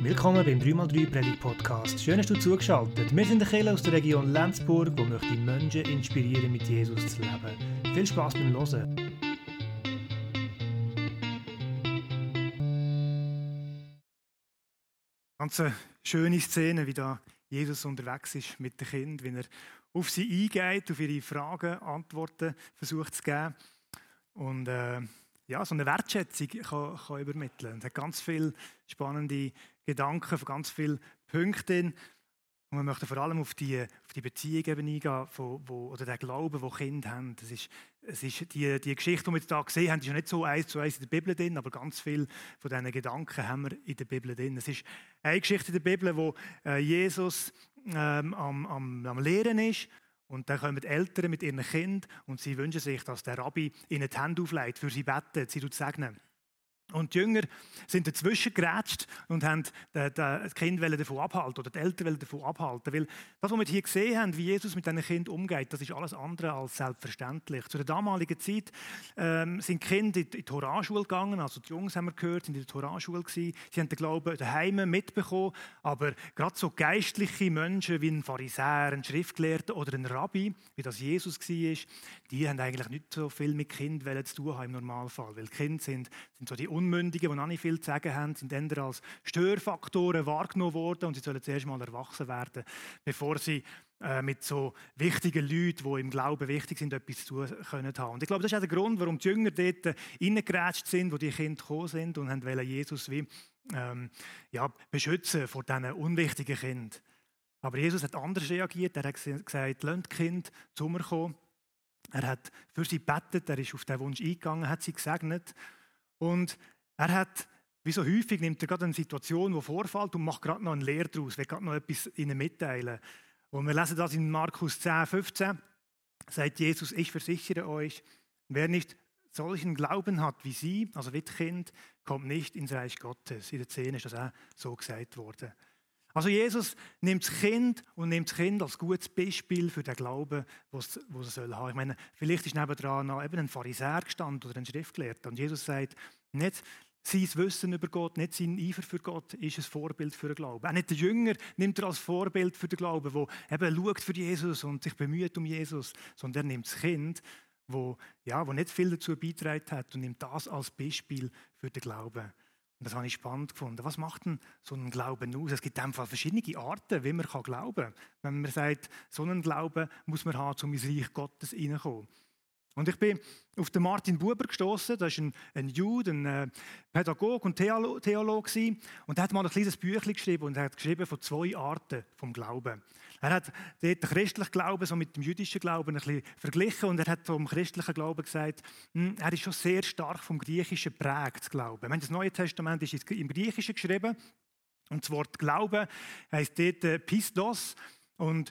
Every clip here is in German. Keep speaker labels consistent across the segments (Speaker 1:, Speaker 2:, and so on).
Speaker 1: Willkommen beim 3x3 Predigt-Podcast. Schön, dass du zugeschaltet. Wir sind eine Kirche aus der Region Lenzburg, die möchte Menschen inspirieren, mit Jesus zu leben. Viel Spass beim Hören.
Speaker 2: Ganz eine schöne Szene, wie da Jesus unterwegs ist mit den Kindern, wie er auf sie eingeht, auf ihre Fragen Antworten versucht zu geben. Und so eine Wertschätzung kann übermitteln. Es hat ganz viele spannende Gedanken, ganz viele Punkte drin. Und wir möchten vor allem auf die Beziehung eben eingehen, oder den Glauben, den Kinder haben. Es ist die Geschichte, die wir jetzt hier gesehen haben, ist ja nicht so 1:1 in der Bibel drin, aber ganz viele von diesen Gedanken haben wir in der Bibel drin. Es ist eine Geschichte in der Bibel, wo Jesus am Lehren ist. Und dann kommen die Eltern mit ihren Kindern und sie wünschen sich, dass der Rabbi ihnen die Hände auflegt, für sie beten, sie segnen. Und die Jünger sind dazwischen gerätscht und haben das Kind davon abhalten oder die Eltern davon abhalten. Weil das, was wir hier gesehen haben, wie Jesus mit diesen Kindern umgeht, das ist alles andere als selbstverständlich. Zu der damaligen Zeit sind die Kinder in die Toraschule gegangen, also die Jungs haben wir gehört, sind in der Toraschule gewesen. Sie haben den Glauben daheim mitbekommen, aber gerade so geistliche Menschen wie ein Pharisäer, ein Schriftgelehrter oder ein Rabbi, wie das Jesus war, die haben eigentlich nicht so viel mit Kindern zu tun haben im Normalfall, weil Kinder sind so die Unmündigen, die noch nicht viel zu sagen haben, sind eher als Störfaktoren wahrgenommen worden und sie sollen zuerst mal erwachsen werden, bevor sie mit so wichtigen Leuten, die im Glauben wichtig sind, etwas zu tun können haben. Und ich glaube, das ist auch der Grund, warum die Jünger dort reingeratscht sind, wo die Kinder gekommen sind und wollten Jesus beschützen vor diesen unwichtigen Kindern. Aber Jesus hat anders reagiert. Er hat gesagt, lasst die Kinder zu mir kommen. Er hat für sie gebetet, er ist auf diesen Wunsch eingegangen, hat sie gesegnet. Und er hat, wie so häufig, nimmt er gerade eine Situation, die vorfällt und macht gerade noch eine Lehre daraus, will gerade noch etwas ihnen mitteilen. Und wir lesen das in Markus 10,15, sagt Jesus, ich versichere euch, wer nicht solchen Glauben hat wie sie, also wie die Kinder, kommt nicht ins Reich Gottes. In der 10 ist das auch so gesagt worden. Also Jesus nimmt das Kind und nimmt das Kind als gutes Beispiel für den Glauben, was es soll haben. Ich meine, vielleicht ist nebendran noch eben ein Pharisäer gestanden oder ein Schriftgelehrter. Und Jesus sagt, nicht sein Wissen über Gott, nicht sein Eifer für Gott ist ein Vorbild für den Glauben. Auch nicht der Jünger nimmt er als Vorbild für den Glauben, der eben schaut für Jesus und sich bemüht um Jesus, sondern er nimmt das Kind, wo nicht viel dazu beigetragen hat und nimmt das als Beispiel für den Glauben. Und das habe ich spannend gefunden. Was macht denn so ein Glauben aus? Es gibt einfach verschiedene Arten, wie man glauben kann. Wenn man sagt, so einen Glauben muss man haben, um ins Reich Gottes hineinzukommen. Und ich bin auf den Martin Buber gestoßen. Das ist ein Jude, ein Pädagoge und Theologe. Und er hat mal ein kleines Büchlein geschrieben und er hat geschrieben von 2 Arten vom Glauben. Er hat dort den christlichen Glauben so mit dem jüdischen Glauben ein bisschen verglichen und er hat vom christlichen Glauben gesagt, er ist schon sehr stark vom Griechischen geprägt, Glauben. Das Neue Testament ist im Griechischen geschrieben und das Wort Glauben heisst dort Pistos und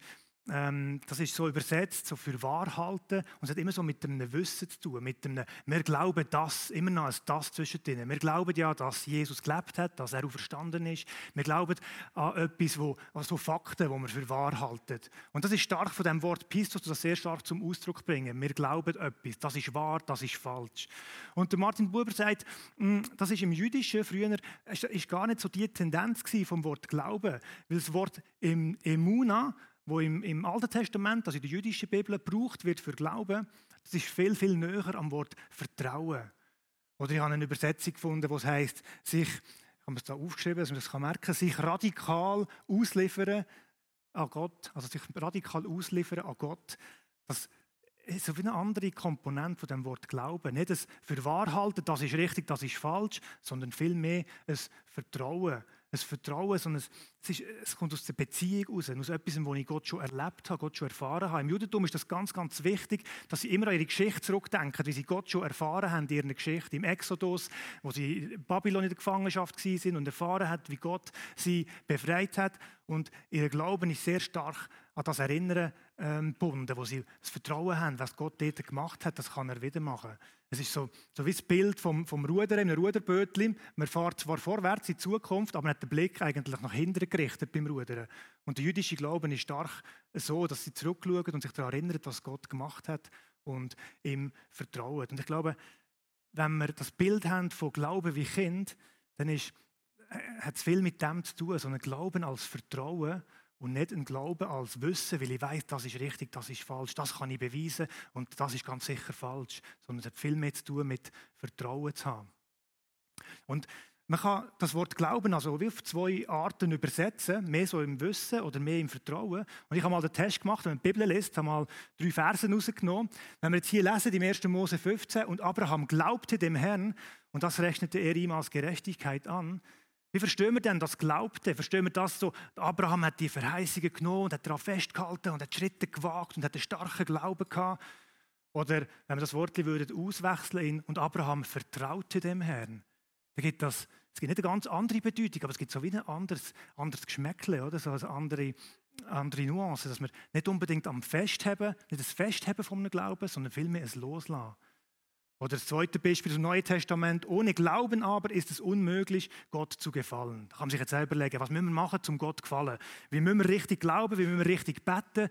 Speaker 2: das ist so übersetzt, so für Wahrhalten. Und es hat immer so mit einem Wissen zu tun. Wir glauben das, immer noch ein das zwischendrin. Wir glauben ja, dass Jesus gelebt hat, dass er auferstanden ist. Wir glauben an etwas, so Fakten, die wir für wahr halten. Und das ist stark von dem Wort Pistos, das sehr stark zum Ausdruck bringen. Wir glauben etwas, das ist wahr, das ist falsch. Und der Martin Buber sagt, das ist im Jüdischen früher ist gar nicht so die Tendenz vom Wort Glauben. Weil das Wort Emuna, wo im Alten Testament, also in der jüdischen Bibel, gebraucht wird für Glauben, das ist viel, viel näher am Wort Vertrauen. Oder ich habe eine Übersetzung gefunden, wo es heisst, ich habe es da aufgeschrieben, dass man das merken kann, sich radikal ausliefern an Gott, also sich radikal ausliefern an Gott. Das ist so wie eine andere Komponente von dem Wort Glauben. Nicht ein Fürwahrhalten, das ist richtig, das ist falsch, sondern vielmehr ein Vertrauen. Ein Vertrauen, sondern es kommt aus der Beziehung raus, aus etwas, was ich Gott schon erlebt habe, Gott schon erfahren habe. Im Judentum ist das ganz, ganz wichtig, dass sie immer an ihre Geschichte zurückdenken, wie sie Gott schon erfahren haben in ihrer Geschichte. Im Exodus, wo sie in Babylon in der Gefangenschaft waren und erfahren haben, wie Gott sie befreit hat. Und ihr Glauben ist sehr stark an das Erinnern gebunden, wo sie das Vertrauen haben, was Gott dort gemacht hat, das kann er wieder machen. Es ist so wie das Bild vom Rudern in einem Ruderbötchen. Man fährt zwar vorwärts in die Zukunft, aber man hat den Blick eigentlich nach hinten gerichtet beim Rudern. Und der jüdische Glauben ist stark so, dass sie zurückschauen und sich daran erinnern, was Gott gemacht hat und ihm vertrauen. Und ich glaube, wenn wir das Bild haben von Glauben wie Kind, dann ist hat es viel mit dem zu tun, so ein Glauben als Vertrauen und nicht ein Glauben als Wissen, weil ich weiß, das ist richtig, das ist falsch, das kann ich beweisen und das ist ganz sicher falsch, sondern es hat viel mehr zu tun mit Vertrauen zu haben. Und man kann das Wort Glauben also wie auf 2 Arten übersetzen, mehr so im Wissen oder mehr im Vertrauen. Und ich habe mal den Test gemacht, wenn man die Bibel liest, habe mal 3 Verse rausgenommen. Wenn wir jetzt hier lesen, im 1. Mose 15, und Abraham glaubte dem Herrn, und das rechnete er ihm als Gerechtigkeit an. Wie verstehen wir denn das Glaubte? Verstehen wir das so, Abraham hat die Verheißungen genommen und hat daran festgehalten und hat Schritte gewagt und hat einen starken Glauben gehabt? Oder wenn wir das Wort auswechseln und Abraham vertraute dem Herrn, dann gibt es gibt nicht eine ganz andere Bedeutung, aber es gibt so wie ein anderes Geschmäckle, oder? So eine andere Nuance, dass wir nicht unbedingt am Festheben, nicht das Festheben von einem Glauben, sondern vielmehr ein Loslassen. Oder das zweite Beispiel im Neuen Testament: Ohne Glauben aber ist es unmöglich, Gott zu gefallen. Da kann man sich jetzt selber überlegen, was müssen wir machen, um Gott zu gefallen? Wie müssen wir richtig glauben? Wie müssen wir richtig beten?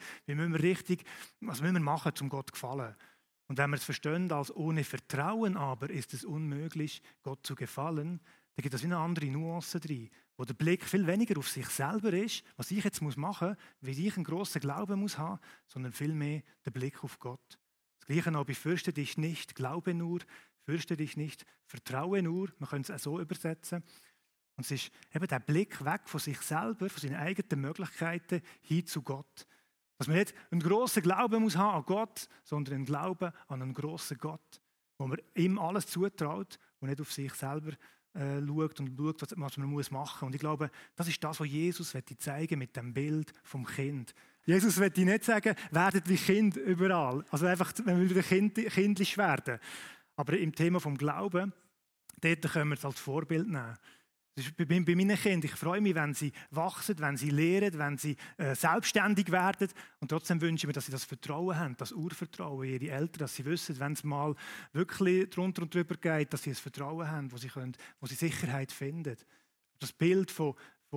Speaker 2: Was müssen wir machen, um Gott zu gefallen? Und wenn wir es verstehen als ohne Vertrauen aber ist es unmöglich, Gott zu gefallen, dann gibt es eine andere Nuance drin, wo der Blick viel weniger auf sich selber ist, was ich jetzt machen muss, wie ich einen grossen Glauben muss haben, sondern vielmehr der Blick auf Gott. Das Gleiche noch bei «Fürchte dich nicht, glaube nur», «Fürchte dich nicht, vertraue nur», man könnte es auch so übersetzen. Und es ist eben der Blick weg von sich selber, von seinen eigenen Möglichkeiten hin zu Gott. Dass man nicht einen grossen Glauben muss haben an Gott, sondern einen Glauben an einen grossen Gott, wo man ihm alles zutraut und nicht auf sich selber schaut, was man machen muss. Und ich glaube, das ist das, was Jesus zeigen mit dem Bild vom Kind. Jesus will nicht sagen, werdet wie Kind überall. Also einfach, wenn wir wieder kindlich werden. Aber im Thema vom Glauben, dort können wir es als Vorbild nehmen. Das ist bei meinen Kindern. Ich freue mich, wenn sie wachsen, wenn sie lernen, wenn sie selbstständig werden. Und trotzdem wünsche ich mir, dass sie das Vertrauen haben, das Urvertrauen in ihre Eltern, dass sie wissen, wenn es mal wirklich drunter und drüber geht, dass sie ein Vertrauen haben, wo sie Sicherheit finden. Das Bild von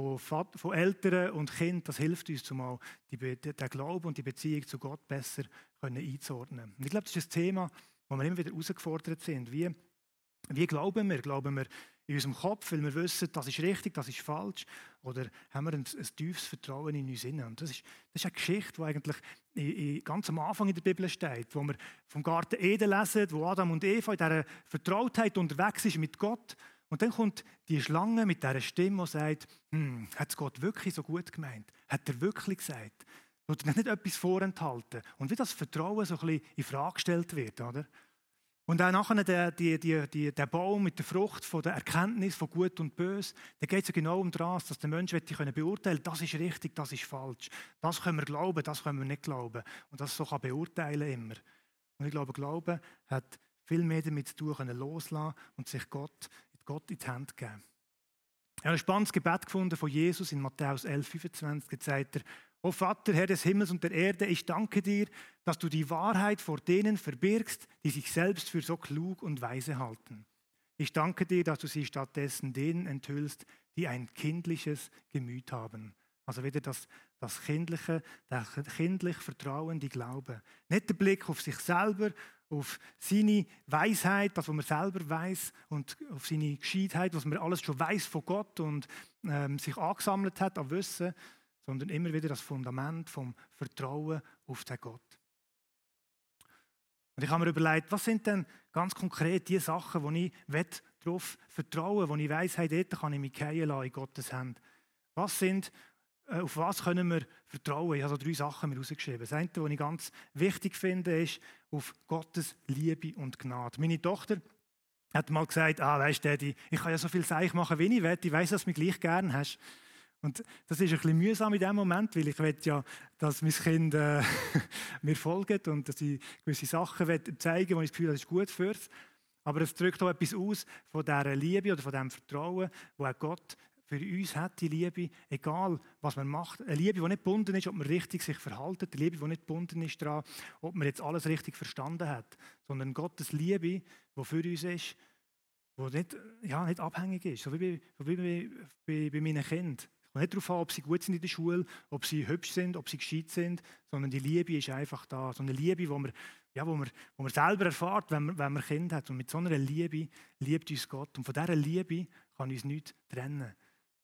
Speaker 2: Eltern und Kind, das hilft uns, zumal den Glauben und die Beziehung zu Gott besser einzuordnen. Und ich glaube, das ist ein Thema, wo wir immer wieder herausgefordert sind. Wie glauben wir? Glauben wir in unserem Kopf, weil wir wissen, das ist richtig, das ist falsch? Oder haben wir ein tiefes Vertrauen in uns hinein? Und das ist eine Geschichte, die eigentlich ganz am Anfang in der Bibel steht, wo wir vom Garten Eden lesen, wo Adam und Eva in dieser Vertrautheit unterwegs sind mit Gott. Und dann kommt die Schlange mit dieser Stimme, die sagt, hat es Gott wirklich so gut gemeint? Hat er wirklich gesagt? Wird er nicht etwas vorenthalten? Und wie das Vertrauen so ein bisschen in Frage gestellt wird, oder? Und auch nachher der Baum mit der Frucht von der Erkenntnis von Gut und Böse, da geht es ja genau um das, dass der Mensch beurteilen kann, das ist richtig, das ist falsch. Das können wir glauben, das können wir nicht glauben. Und das so kann beurteilen immer. Und ich glaube, Glauben hat viel mehr damit zu tun, loslassen und sich Gott in die Hände geben. Ich habe ein spannendes Gebet gefunden von Jesus in Matthäus 11,25. Da sagt er: O Vater, Herr des Himmels und der Erde, ich danke dir, dass du die Wahrheit vor denen verbirgst, die sich selbst für so klug und weise halten. Ich danke dir, dass du sie stattdessen denen enthüllst, die ein kindliches Gemüt haben. Also wieder das kindliche Vertrauen, die Glaube. Nicht der Blick auf sich selber, auf seine Weisheit, das, was man selber weiß, und auf seine Gescheitheit, was man alles schon weiß von Gott und sich angesammelt hat an Wissen, sondern immer wieder das Fundament vom Vertrauen auf den Gott. Und ich habe mir überlegt, was sind denn ganz konkret die Sachen, wo ich darauf vertraue, wo ich weiss, hey, dort kann ich mich fallen lassen in Gottes Hand. Auf was können wir vertrauen? Ich habe so 3 Sachen mir rausgeschrieben. Das eine, was ich ganz wichtig finde, ist auf Gottes Liebe und Gnade. Meine Tochter hat mal gesagt, weisst du, Daddy, ich kann ja so viel Seich machen, wie ich will. Ich weiss, dass du mich gleich gern hast. Und das ist ein bisschen mühsam in dem Moment, weil ich will ja, dass mein Kind mir folgt und dass ich gewisse Sachen zeigen will, wo ich das Gefühl habe, das ist gut für es. Aber es drückt auch etwas aus von dieser Liebe oder von diesem Vertrauen, wo auch Gott für uns hat, die Liebe, egal was man macht. Eine Liebe, die nicht gebunden ist, ob man richtig sich verhält, eine Liebe, die nicht gebunden ist daran, ob man jetzt alles richtig verstanden hat, sondern Gottes Liebe, die für uns ist, die nicht abhängig ist, so wie bei meinen Kindern. Es kommt nicht darauf an, ob sie gut sind in der Schule, ob sie hübsch sind, ob sie gescheit sind, sondern die Liebe ist einfach da. So eine Liebe, wo man selber erfährt, wenn man Kinder hat. Und mit so einer Liebe liebt uns Gott. Und von dieser Liebe kann uns nichts trennen.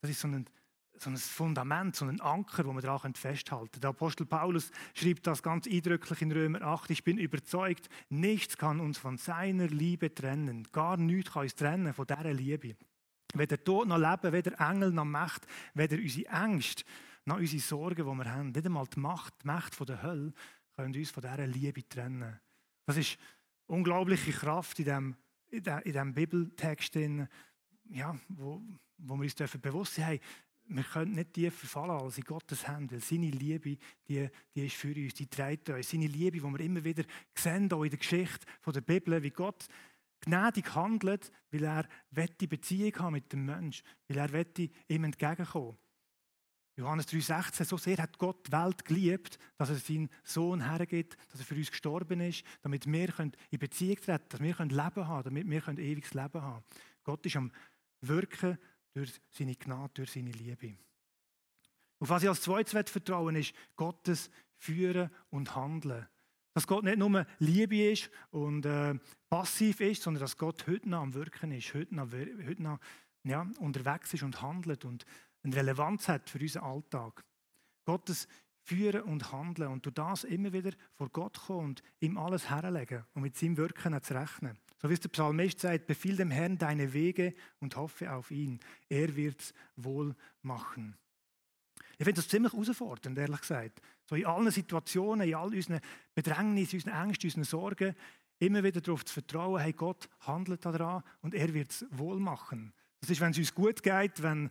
Speaker 2: Das ist so ein Fundament, so ein Anker, wo man daran festhalten kann. Der Apostel Paulus schreibt das ganz eindrücklich in Römer 8. Ich bin überzeugt, nichts kann uns von seiner Liebe trennen. Gar nichts kann uns trennen von dieser Liebe. Weder Tod noch Leben, weder Engel noch Macht, weder unsere Ängste noch unsere Sorgen, die wir haben. Nicht einmal die Macht von der Hölle können uns von dieser Liebe trennen. Das ist unglaubliche Kraft in diesem Bibeltext, ja, wo wir uns bewusst sein dürfen, wir können nicht tiefer fallen als in Gottes Hände, weil seine Liebe, die ist für uns, die trägt uns. Seine Liebe, die wir immer wieder sehen, auch in der Geschichte der Bibel, wie Gott gnädig handelt, weil er die Beziehung haben mit dem Menschen, weil er ihm entgegenkommen. Johannes 3,16, so sehr hat Gott die Welt geliebt, dass er seinen Sohn hergibt, dass er für uns gestorben ist, damit wir in Beziehung treten können, dass wir Leben haben können, damit wir ewiges Leben haben können. Gott ist am Wirken durch seine Gnade, durch seine Liebe. Auf was ich als zweites vertrauen ist Gottes Führen und Handeln. Dass Gott nicht nur Liebe ist und passiv ist, sondern dass Gott heute noch am Wirken ist, heute noch unterwegs ist und handelt und eine Relevanz hat für unseren Alltag. Gottes Führen und Handeln und durch das immer wieder vor Gott kommen und ihm alles herlegen und mit seinem Wirken zu rechnen. So wie es der Psalmist sagt, befiehl dem Herrn deine Wege und hoffe auf ihn. Er wird es wohl machen. Ich finde das ziemlich herausfordernd, ehrlich gesagt. So in allen Situationen, in all unseren Bedrängnissen, unseren Ängsten, unseren Sorgen, immer wieder darauf zu vertrauen, hey, Gott handelt daran und er wird es wohl machen. Das ist, wenn es uns gut geht, wenn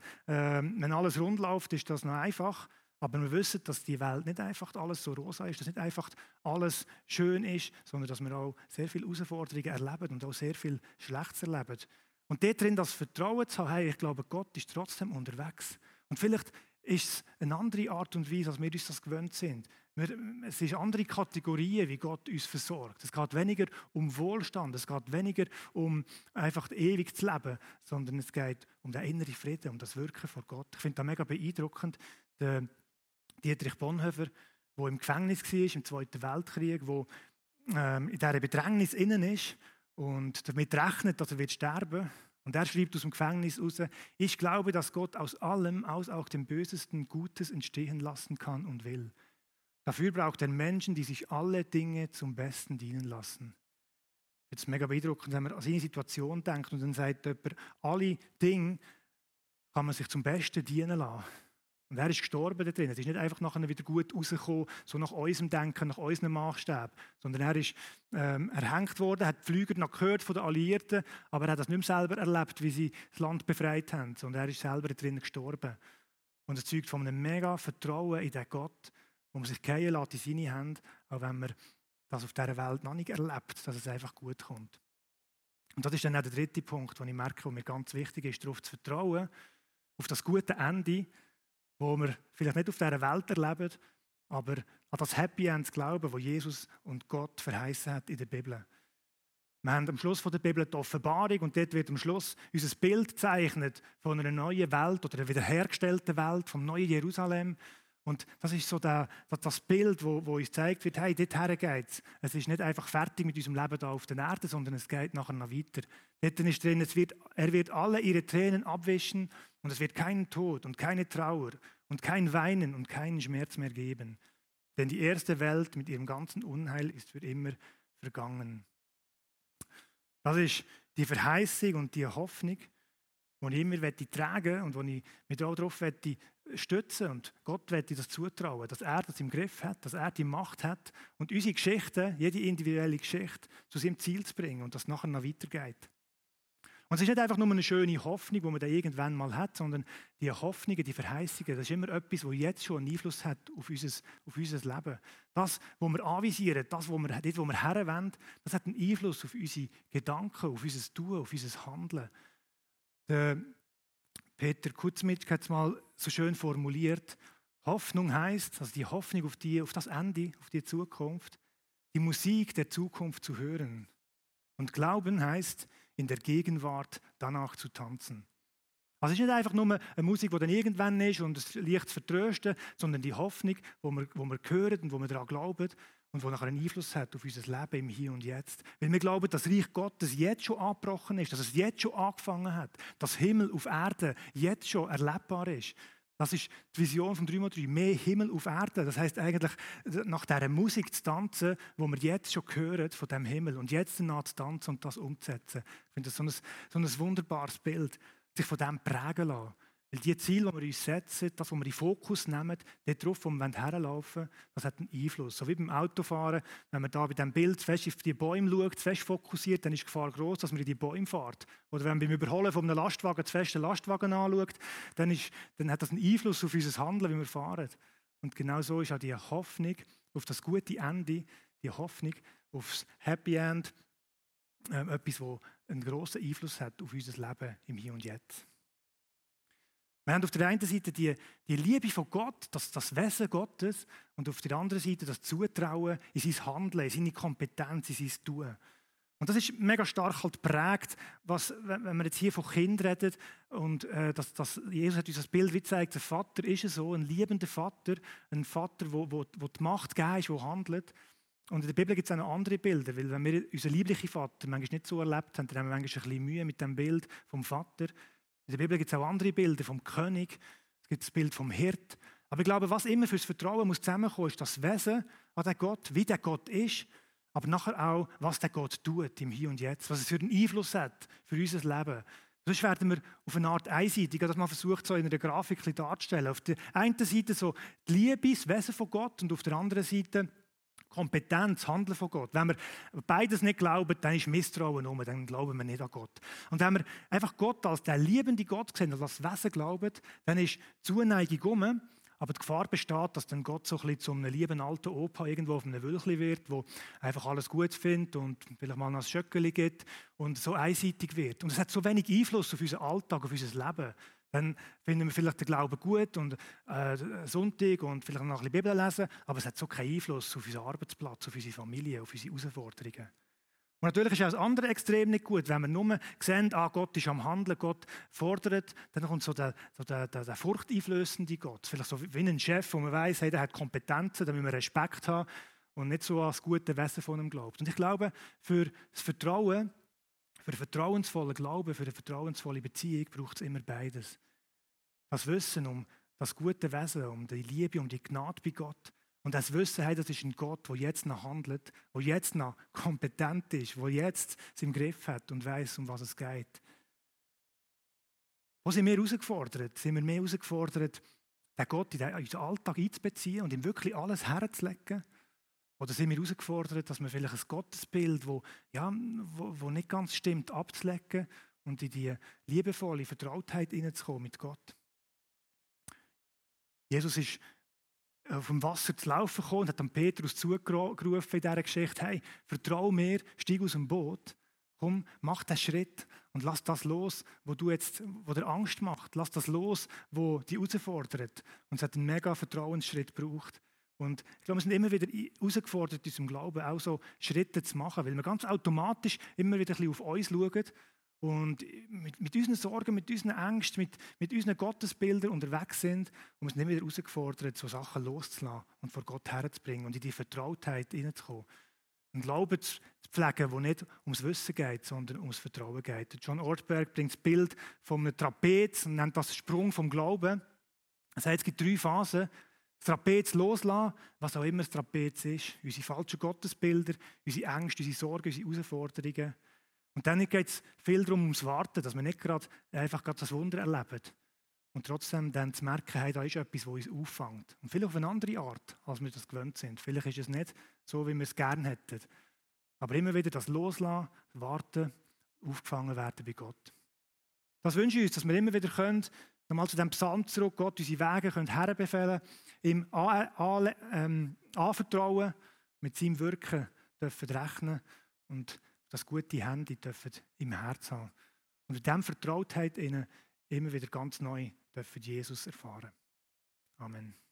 Speaker 2: alles rund läuft, ist das noch einfach. Aber wir wissen, dass die Welt nicht einfach alles so rosa ist, dass nicht einfach alles schön ist, sondern dass wir auch sehr viele Herausforderungen erleben und auch sehr viel Schlechtes erleben. Und dort drin das Vertrauen zu haben, hey, ich glaube, Gott ist trotzdem unterwegs. Und vielleicht ist es eine andere Art und Weise, als wir uns das gewöhnt sind. Es sind andere Kategorien, wie Gott uns versorgt. Es geht weniger um Wohlstand, es geht weniger um einfach ewig zu leben, sondern es geht um den inneren Frieden, um das Wirken vor Gott. Ich finde das mega beeindruckend. Der Dietrich Bonhoeffer, der im Gefängnis war, im Zweiten Weltkrieg, der in dieser Bedrängnis innen ist und damit rechnet, dass er sterben wird. Und er schreibt aus dem Gefängnis raus, ich glaube, dass Gott aus allem, aus auch dem Bösesten, Gutes entstehen lassen kann und will. Dafür braucht er Menschen, die sich alle Dinge zum Besten dienen lassen. Jetzt mega beeindruckend, wenn man an seine Situation denkt und dann sagt jemand, alle Dinge kann man sich zum Besten dienen lassen. Und er ist gestorben da drin. Es ist nicht einfach nachher wieder gut rausgekommen, so nach unserem Denken, nach unseren Maßstäben, sondern er ist erhängt worden, hat die Flüger noch gehört von den Alliierten, aber er hat das nicht mehr selber erlebt, wie sie das Land befreit haben, sondern er ist selber da drin gestorben. Und es zeugt von einem mega Vertrauen in den Gott, wo man sich fallen lässt in seine Hände, auch wenn man das auf dieser Welt noch nicht erlebt, dass es einfach gut kommt. Und das ist dann auch der dritte Punkt, den ich merke, wo mir ganz wichtig ist, darauf zu vertrauen, auf das gute Ende, wo wir vielleicht nicht auf dieser Welt erleben, aber an das Happy End zu glauben, das Jesus und Gott verheißen hat in der Bibel. Wir haben am Schluss der Bibel die Offenbarung und dort wird am Schluss unser Bild gezeichnet von einer neuen Welt oder einer wiederhergestellten Welt, vom neuen Jerusalem. Und das ist so das Bild, wo uns gezeigt wird, hey, dorthin geht es. Es ist nicht einfach fertig mit unserem Leben hier auf der Erde, sondern es geht nachher noch weiter. Dort ist drin, er wird alle ihre Tränen abwischen und es wird keinen Tod und keine Trauer und kein Weinen und keinen Schmerz mehr geben. Denn die erste Welt mit ihrem ganzen Unheil ist für immer vergangen. Das ist die Verheißung und die Hoffnung, die ich immer tragen möchte und die ich mich auch darauf stützen und Gott möchte das zutrauen, dass er das im Griff hat, dass er die Macht hat und unsere Geschichte, jede individuelle Geschichte, zu seinem Ziel zu bringen und das nachher noch weitergeht. Und es ist nicht einfach nur eine schöne Hoffnung, die man dann irgendwann mal hat, sondern die Hoffnungen, die Verheißungen, das ist immer etwas, das jetzt schon einen Einfluss hat auf unser Leben. Das, was wir anvisieren, das, wo wir herwenden, das hat einen Einfluss auf unsere Gedanken, auf unser Tun, auf unser Handeln. Der Peter Kutzmitsch hat es mal so schön formuliert. Hoffnung heisst, also die Hoffnung auf das Ende, auf die Zukunft, die Musik der Zukunft zu hören. Und Glauben heisst, in der Gegenwart danach zu tanzen. Also es ist nicht einfach nur eine Musik, die dann irgendwann ist und es leicht zu vertrösten, sondern die Hoffnung, wo wir hören und wo wir daran glauben und wo nachher einen Einfluss hat auf unser Leben im Hier und Jetzt. Weil wir glauben, dass das Reich Gottes jetzt schon angebrochen ist, dass es jetzt schon angefangen hat, dass Himmel auf Erde jetzt schon erlebbar ist. Das ist die Vision von 3x3, mehr Himmel auf Erde. Das heisst eigentlich, nach dieser Musik zu tanzen, die wir jetzt schon hören, von diesem Himmel, und jetzt danach zu tanzen und das umzusetzen. Ich finde das so ein wunderbares Bild, sich von dem prägen lassen. Weil die Ziele, die wir uns setzen, das, was wir in den Fokus nehmen, darauf, wo wir herlaufen wollen, das hat einen Einfluss. So wie beim Autofahren, wenn man da bei diesem Bild zu fest auf die Bäume schaut, zu fest fokussiert, dann ist die Gefahr groß, dass man in die Bäume fährt. Oder wenn man beim Überholen von einem Lastwagen zu fest den Lastwagen anschaut, dann hat das einen Einfluss auf unser Handeln, wie wir fahren. Und genau so ist auch die Hoffnung auf das gute Ende, die Hoffnung auf das Happy End, etwas, das einen grossen Einfluss hat auf unser Leben im Hier und Jetzt. Wir haben auf der einen Seite die Liebe von Gott, das Wesen Gottes, und auf der anderen Seite das Zutrauen in sein Handeln, in seine Kompetenz, in sein Tun. Und das ist mega stark halt geprägt, wenn wir jetzt hier von Kindern reden, und Jesus hat uns das Bild wie gezeigt, der Vater ist so, ein liebender Vater, ein Vater, der die Macht gegeben ist, der handelt. Und in der Bibel gibt es auch noch andere Bilder, weil wenn wir unseren lieblichen Vater manchmal nicht so erlebt haben, dann haben wir manchmal ein bisschen Mühe mit dem Bild vom Vater. In der Bibel gibt es auch andere Bilder vom König, es gibt das Bild vom Hirt. Aber ich glaube, was immer fürs Vertrauen muss zusammenkommen, ist das Wesen an den Gott, wie der Gott ist, aber nachher auch, was der Gott tut im Hier und Jetzt, was es für einen Einfluss hat für unser Leben. Sonst werden wir auf eine Art einseitig, dass man versucht, so in einer Grafik darzustellen. Auf der einen Seite so die Liebe, das Wesen von Gott, und auf der anderen Seite Kompetenz, Handeln von Gott. Wenn wir beides nicht glauben, dann ist Misstrauen rum, dann glauben wir nicht an Gott. Und wenn wir einfach Gott als der liebende Gott sehen, als das Wesen glauben, dann ist Zuneigung rum, aber die Gefahr besteht, dass dann Gott so ein bisschen zu einem lieben alten Opa irgendwo auf einem Wölkchen wird, wo einfach alles gut findet und vielleicht mal noch ein Schöckeli gibt und so einseitig wird. Und es hat so wenig Einfluss auf unseren Alltag, auf unser Leben. Dann finden wir vielleicht den Glauben gut und Sonntag und vielleicht noch ein bisschen Bibel lesen, aber es hat so keinen Einfluss auf unseren Arbeitsplatz, auf unsere Familie, auf unsere Herausforderungen. Und natürlich ist auch das andere Extrem nicht gut, wenn wir nur sehen, Gott ist am Handeln, Gott fordert, dann kommt so der furchteinflößende Gott. Vielleicht so wie ein Chef, wo man weiss, hey, der hat Kompetenzen, da müssen wir Respekt haben und nicht so an das gute Wesen von ihm glaubt. Und ich glaube, für das Vertrauen, für einen vertrauensvollen Glauben, für eine vertrauensvolle Beziehung braucht es immer beides. Das Wissen um das gute Wesen, um die Liebe, um die Gnade bei Gott. Und das Wissen, hey, das ist ein Gott, der jetzt noch handelt, der jetzt noch kompetent ist, der jetzt es im Griff hat und weiss, um was es geht. Wo sind wir herausgefordert? Sind wir mehr herausgefordert, den Gott in unseren Alltag einzubeziehen und ihm wirklich alles herzulegen? Oder sind wir herausgefordert, dass wir vielleicht ein Gottesbild, wo nicht ganz stimmt, abzulegen und in die liebevolle Vertrautheit hineinzukommen mit Gott? Jesus ist auf dem Wasser zu laufen gekommen und hat dann Petrus zugerufen in dieser Geschichte: Hey, vertrau mir, steig aus dem Boot, komm, mach den Schritt und lass das los, wo dir Angst macht. Lass das los, wo dich herausfordert. Und es hat einen mega Vertrauensschritt gebraucht. Und ich glaube, wir sind immer wieder herausgefordert, in unserem Glauben auch so Schritte zu machen, weil wir ganz automatisch immer wieder ein bisschen auf uns schauen und mit unseren Sorgen, mit unseren Ängsten, mit unseren Gottesbildern unterwegs sind. Und wir sind immer wieder herausgefordert, so Sachen loszulassen und vor Gott herzubringen und in die Vertrautheit hineinzukommen. Einen Glauben zu pflegen, wo nicht ums Wissen geht, sondern ums Vertrauen geht. John Ortberg bringt das Bild von einem Trapez und nennt das Sprung vom Glauben. Er sagt, es gibt 3 Phasen. Das Trapez loslassen, was auch immer das Trapez ist, unsere falschen Gottesbilder, unsere Ängste, unsere Sorgen, unsere Herausforderungen. Und dann geht es viel darum, ums Warten, dass wir nicht einfach das Wunder erleben. Und trotzdem dann zu merken, hey, da ist etwas, das uns auffängt. Und vielleicht auf eine andere Art, als wir das gewöhnt sind. Vielleicht ist es nicht so, wie wir es gerne hätten. Aber immer wieder das Loslassen, Warten, aufgefangen werden bei Gott. Das wünsche ich uns, dass wir immer wieder können, nochmal zu diesem Psalm zurück, Gott unsere Wege herbefehlen, ihm anvertrauen, mit seinem Wirken dürfen rechnen und das gute Handy dürfen im Herz haben. Und in dieser Vertrautheit immer wieder ganz neu dürfen Jesus erfahren. Amen.